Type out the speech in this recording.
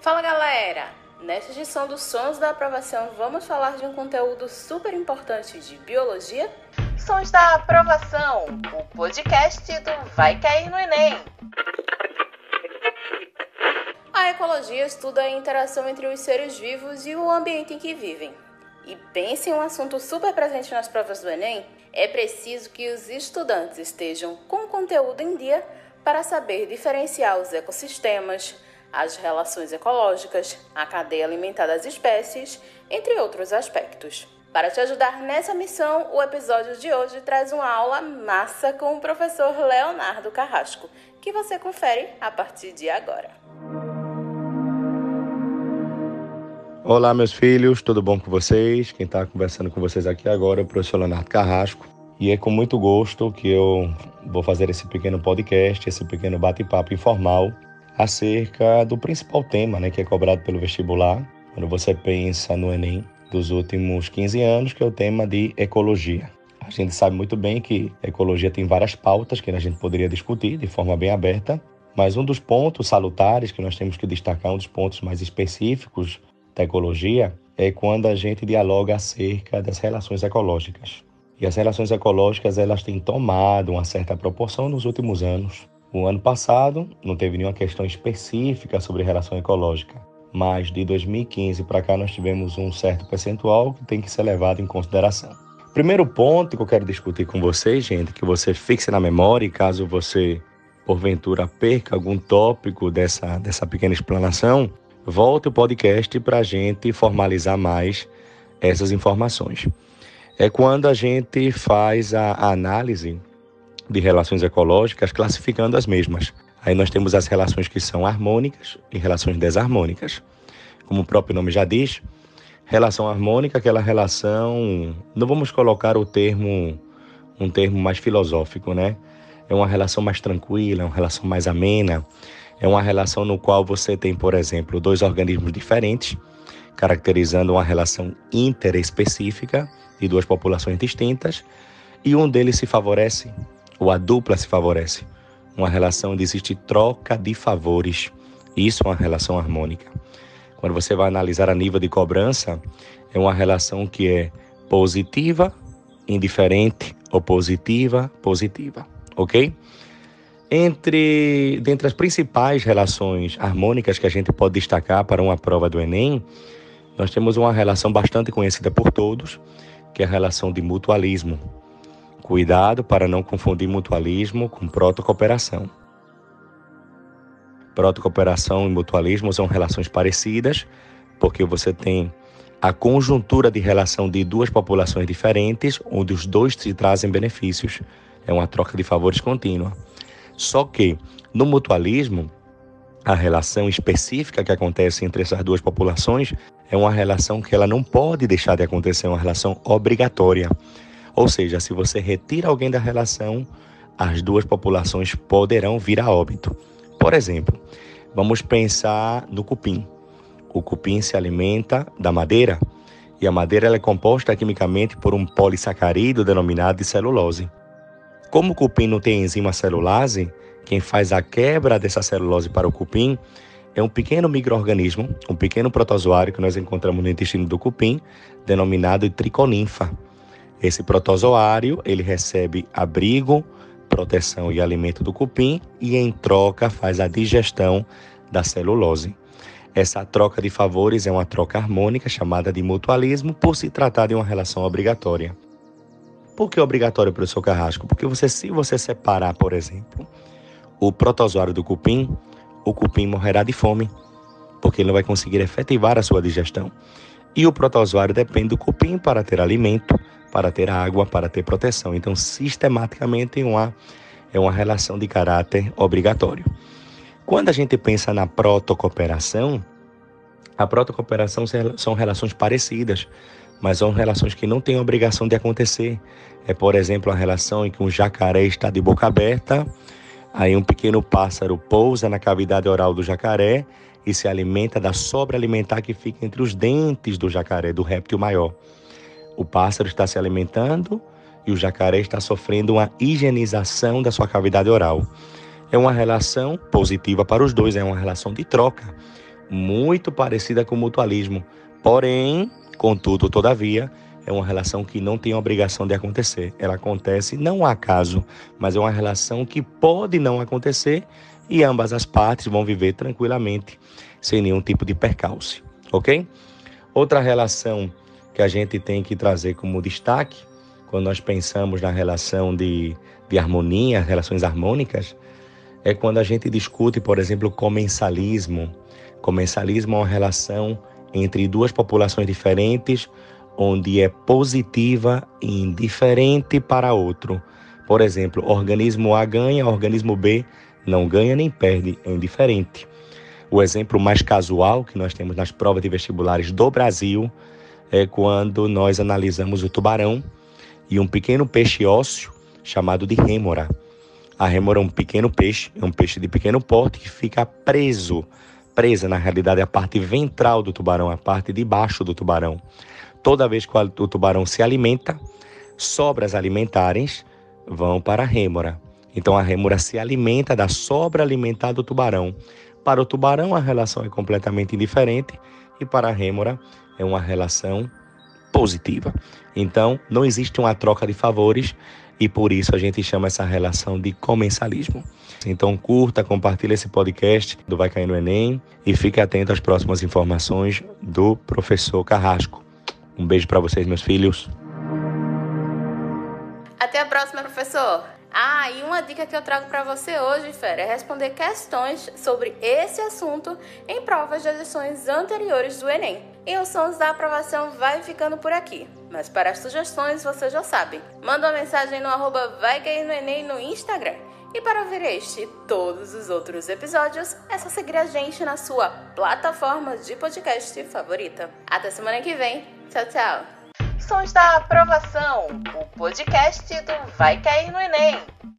Fala galera! Nesta edição dos Sons da Aprovação vamos falar de um conteúdo super importante de biologia? Sons da Aprovação, o podcast do Vai Cair no Enem! A ecologia estuda a interação entre os seres vivos e o ambiente em que vivem. E pense em um assunto super presente nas provas do Enem, é preciso que os estudantes estejam com o conteúdo em dia para saber diferenciar os ecossistemas, as relações ecológicas, a cadeia alimentar das espécies, entre outros aspectos. Para te ajudar nessa missão, o episódio de hoje traz uma aula massa com o professor Leonardo Carrasco, que você confere a partir de agora. Olá, meus filhos, tudo bom com vocês? Quem está conversando com vocês aqui agora é o professor Leonardo Carrasco. E é com muito gosto que eu vou fazer esse pequeno podcast, esse pequeno bate-papo informal acerca do principal tema, que é cobrado pelo vestibular, quando você pensa no Enem dos últimos 15 anos, que é o tema de ecologia. A gente sabe muito bem que a ecologia tem várias pautas que a gente poderia discutir de forma bem aberta, mas um dos pontos salutares que nós temos que destacar, um dos pontos mais específicos da ecologia, é quando a gente dialoga acerca das relações ecológicas. E as relações ecológicas, elas têm tomado uma certa proporção nos últimos anos. O ano passado não teve nenhuma questão específica sobre relação ecológica, mas de 2015 para cá nós tivemos um certo percentual que tem que ser levado em consideração. Primeiro ponto que eu quero discutir com vocês, gente, que você fixe na memória e caso você, porventura, perca algum tópico dessa pequena explanação, volte o podcast para a gente formalizar mais essas informações. É quando a gente faz a análise de relações ecológicas, classificando as mesmas. Aí nós temos as relações que são harmônicas e relações desarmônicas. Como o próprio nome já diz, relação harmônica, aquela relação, não vamos colocar um termo mais filosófico, É uma relação mais tranquila, é uma relação mais amena, é uma relação no qual você tem, por exemplo, dois organismos diferentes, caracterizando uma relação interespecífica de duas populações distintas, e um deles se favorece, ou a dupla se favorece. Uma relação onde existe troca de favores. Isso é uma relação harmônica. Quando você vai analisar a nível de cobrança, é uma relação que é positiva, indiferente, ou positiva, positiva. Ok? Dentre as principais relações harmônicas que a gente pode destacar para uma prova do Enem, nós temos uma relação bastante conhecida por todos, que é a relação de mutualismo. Cuidado para não confundir mutualismo com protocooperação. Protocooperação e mutualismo são relações parecidas, porque você tem a conjuntura de relação de duas populações diferentes, onde os dois se trazem benefícios. É uma troca de favores contínua. Só que, no mutualismo, a relação específica que acontece entre essas duas populações é uma relação que ela não pode deixar de acontecer, é uma relação obrigatória. Ou seja, se você retira alguém da relação, as duas populações poderão vir a óbito. Por exemplo, vamos pensar no cupim. O cupim se alimenta da madeira e a madeira ela é composta quimicamente por um polissacarídeo denominado de celulose. Como o cupim não tem enzima celulase, quem faz a quebra dessa celulose para o cupim é um pequeno micro-organismo, um pequeno protozoário que nós encontramos no intestino do cupim, denominado triconinfa. Esse protozoário, ele recebe abrigo, proteção e alimento do cupim e, em troca, faz a digestão da celulose. Essa troca de favores é uma troca harmônica chamada de mutualismo por se tratar de uma relação obrigatória. Por que obrigatório, professor Carrasco? Porque se você separar, por exemplo, o protozoário do cupim, o cupim morrerá de fome, porque ele não vai conseguir efetivar a sua digestão. E o protozoário depende do cupim para ter alimento, para ter água, para ter proteção. Então, sistematicamente, é uma relação de caráter obrigatório. Quando a gente pensa na protocooperação, a protocooperação são relações parecidas, mas são relações que não têm obrigação de acontecer. É, por exemplo, a relação em que um jacaré está de boca aberta, aí um pequeno pássaro pousa na cavidade oral do jacaré e se alimenta da sobra alimentar que fica entre os dentes do jacaré, do réptil maior. O pássaro está se alimentando e o jacaré está sofrendo uma higienização da sua cavidade oral. É uma relação positiva para os dois, é uma relação de troca. muito parecida com o mutualismo. Porém, contudo, todavia, é uma relação que não tem obrigação de acontecer. Ela acontece não ao acaso, mas é uma relação que pode não acontecer e ambas as partes vão viver tranquilamente, sem nenhum tipo de percalço, ok? Outra relação que a gente tem que trazer como destaque, quando nós pensamos na relação de harmonia, relações harmônicas, é quando a gente discute, por exemplo, comensalismo. Comensalismo é uma relação entre duas populações diferentes, onde é positiva e indiferente para outro. Por exemplo, organismo A ganha, organismo B não ganha nem perde, é indiferente. O exemplo mais casual que nós temos nas provas de vestibulares do Brasil é quando nós analisamos o tubarão e um pequeno peixe ósseo chamado de rêmora. A rêmora é um pequeno peixe, é um peixe de pequeno porte que fica presa na realidade a parte ventral do tubarão, a parte de baixo do tubarão. Toda vez que o tubarão se alimenta, sobras alimentares vão para a rêmora. Então a rêmora se alimenta da sobra alimentar do tubarão. Para o tubarão a relação é completamente indiferente e para a rêmora é uma relação positiva. Então não existe uma troca de favores e por isso a gente chama essa relação de comensalismo. Então curta, compartilhe esse podcast do Vai Cair no Enem e fique atento às próximas informações do professor Carrasco. Um beijo para vocês, meus filhos. Até a próxima, professor! E uma dica que eu trago para você hoje, fera, é responder questões sobre esse assunto em provas de edições anteriores do Enem. E o Sons da Aprovação vai ficando por aqui. Mas para as sugestões, você já sabe. Manda uma mensagem no @VaiCairNoEnem no Instagram. E para ouvir este e todos os outros episódios, é só seguir a gente na sua plataforma de podcast favorita. Até semana que vem. Tchau, tchau. Sons da Aprovação, o podcast do Vai Cair no Enem.